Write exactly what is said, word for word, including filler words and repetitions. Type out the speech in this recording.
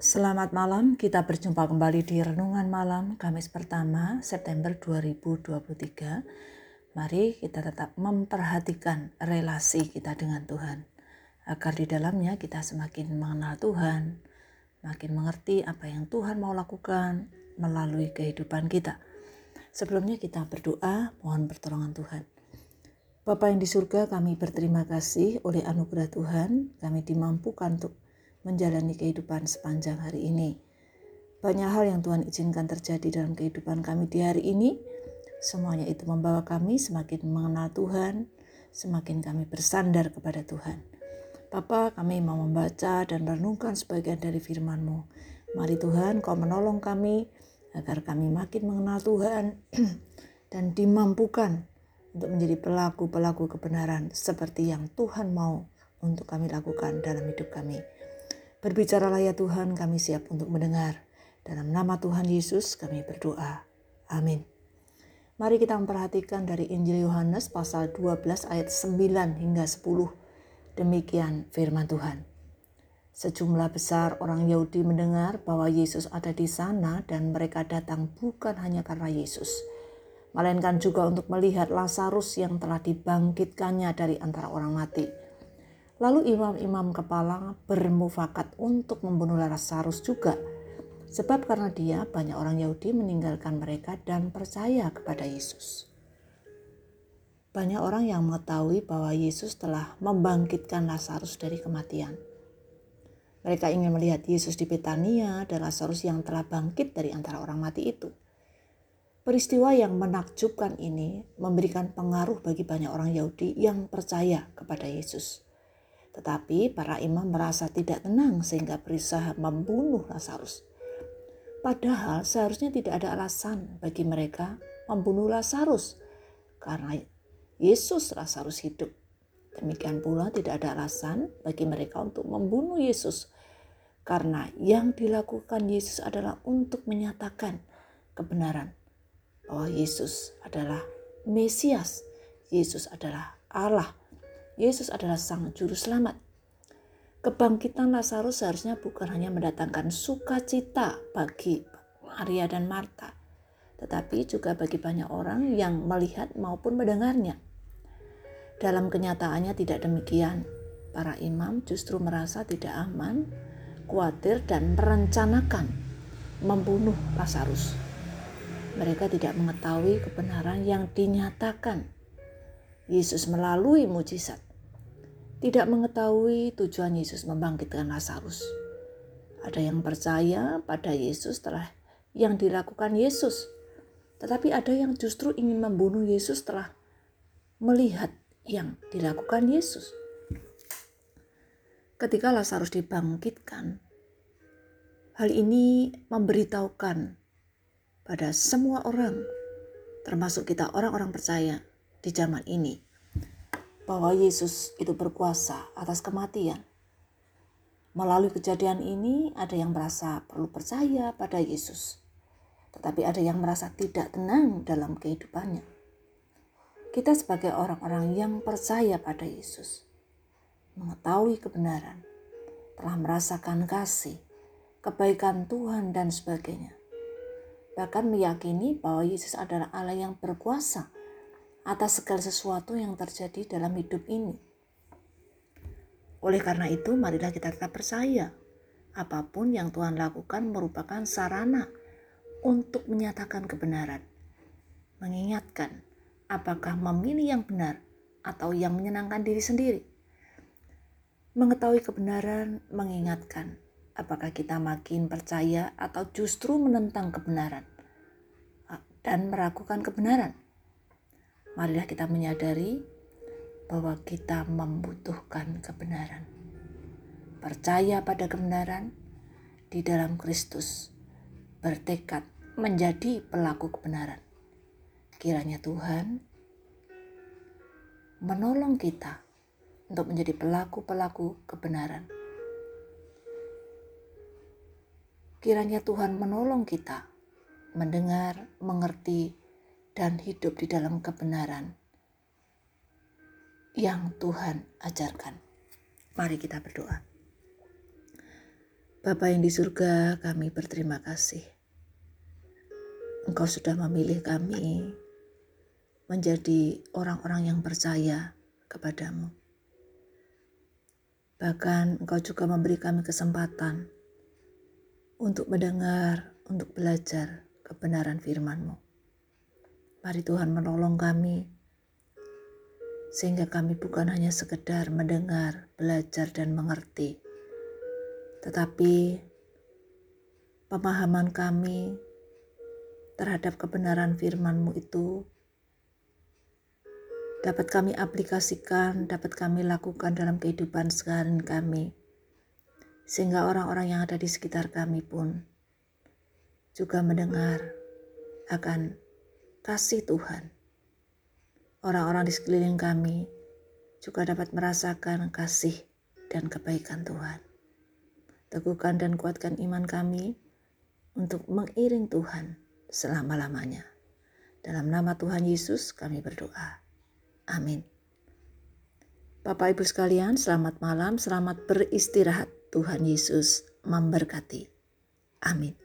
Selamat malam, kita berjumpa kembali di Renungan Malam Kamis pertama September dua ribu dua puluh tiga. Mari kita tetap memperhatikan relasi kita dengan Tuhan, agar di dalamnya kita semakin mengenal Tuhan, makin mengerti apa yang Tuhan mau lakukan melalui kehidupan kita. Sebelumnya kita berdoa, mohon pertolongan Tuhan. Bapa yang di surga, kami berterima kasih oleh anugerah Tuhan, kami dimampukan untuk menjalani kehidupan sepanjang hari ini. Banyak hal yang Tuhan izinkan terjadi dalam kehidupan kami di hari ini. Semuanya itu membawa kami semakin mengenal Tuhan, semakin kami bersandar kepada Tuhan. Bapa, kami mau membaca dan merenungkan sebagian dari firman-Mu. Mari Tuhan, Kau menolong kami agar kami makin mengenal Tuhan dan dimampukan untuk menjadi pelaku-pelaku kebenaran seperti yang Tuhan mau untuk kami lakukan dalam hidup kami. Berbicaralah ya Tuhan, kami siap untuk mendengar. Dalam nama Tuhan Yesus kami berdoa. Amin. Mari kita memperhatikan dari Injil Yohanes pasal dua belas ayat sembilan hingga sepuluh. Demikian firman Tuhan. Sejumlah besar orang Yahudi mendengar bahwa Yesus ada di sana dan mereka datang bukan hanya karena Yesus, melainkan juga untuk melihat Lazarus yang telah dibangkitkannya dari antara orang mati. Lalu imam-imam kepala bermufakat untuk membunuh Lazarus juga, sebab karena dia banyak orang Yahudi meninggalkan mereka dan percaya kepada Yesus. Banyak orang yang mengetahui bahwa Yesus telah membangkitkan Lazarus dari kematian. Mereka ingin melihat Yesus di Betania dan Lazarus yang telah bangkit dari antara orang mati itu. Peristiwa yang menakjubkan ini memberikan pengaruh bagi banyak orang Yahudi yang percaya kepada Yesus. Tetapi para imam merasa tidak tenang sehingga berusaha membunuh Lazarus. Padahal seharusnya tidak ada alasan bagi mereka membunuh Lazarus karena Yesus Lazarus hidup. Demikian pula tidak ada alasan bagi mereka untuk membunuh Yesus karena yang dilakukan Yesus adalah untuk menyatakan kebenaran bahwa Yesus adalah Mesias, Yesus adalah Allah. Yesus adalah Sang Juru Selamat. Kebangkitan Lazarus seharusnya bukan hanya mendatangkan sukacita bagi Maria dan Marta, tetapi juga bagi banyak orang yang melihat maupun mendengarnya. Dalam kenyataannya tidak demikian. Para imam justru merasa tidak aman, khawatir dan merencanakan membunuh Lazarus. Mereka tidak mengetahui kebenaran yang dinyatakan Yesus melalui mujizat, tidak mengetahui tujuan Yesus membangkitkan Lazarus. Ada yang percaya pada Yesus setelah yang dilakukan Yesus, tetapi ada yang justru ingin membunuh Yesus setelah melihat yang dilakukan Yesus. Ketika Lazarus dibangkitkan, hal ini memberitahukan pada semua orang, termasuk kita orang-orang percaya di zaman ini, bahwa Yesus itu berkuasa atas kematian. Melalui kejadian ini ada yang merasa perlu percaya pada Yesus, tetapi ada yang merasa tidak tenang dalam kehidupannya. Kita sebagai orang-orang yang percaya pada Yesus, mengetahui kebenaran, telah merasakan kasih, kebaikan Tuhan dan sebagainya. Bahkan meyakini bahwa Yesus adalah Allah yang berkuasa atas segala sesuatu yang terjadi dalam hidup ini. Oleh karena itu, marilah kita tetap percaya apapun yang Tuhan lakukan merupakan sarana untuk menyatakan kebenaran, mengingatkan apakah memilih yang benar atau yang menyenangkan diri sendiri. Mengetahui kebenaran mengingatkan apakah kita makin percaya atau justru menentang kebenaran dan meragukan kebenaran. Marilah kita menyadari bahwa kita membutuhkan kebenaran. Percaya pada kebenaran di dalam Kristus. Bertekad menjadi pelaku kebenaran. Kiranya Tuhan menolong kita untuk menjadi pelaku-pelaku kebenaran. Kiranya Tuhan menolong kita mendengar, mengerti, dan hidup di dalam kebenaran yang Tuhan ajarkan. Mari kita berdoa. Bapa yang di surga, kami berterima kasih. Engkau sudah memilih kami menjadi orang-orang yang percaya kepadamu. Bahkan Engkau juga memberi kami kesempatan untuk mendengar, untuk belajar kebenaran firman-Mu. Mari Tuhan menolong kami, sehingga kami bukan hanya sekedar mendengar, belajar, dan mengerti, tetapi pemahaman kami terhadap kebenaran firman-Mu itu dapat kami aplikasikan, dapat kami lakukan dalam kehidupan sehari kami, sehingga orang-orang yang ada di sekitar kami pun juga mendengar akan kasih Tuhan. Orang-orang di sekeliling kami juga dapat merasakan kasih dan kebaikan Tuhan. Teguhkan dan kuatkan iman kami untuk mengiring Tuhan selama-lamanya. Dalam nama Tuhan Yesus kami berdoa. Amin. Bapak Ibu sekalian, selamat malam, selamat beristirahat. Tuhan Yesus memberkati. Amin.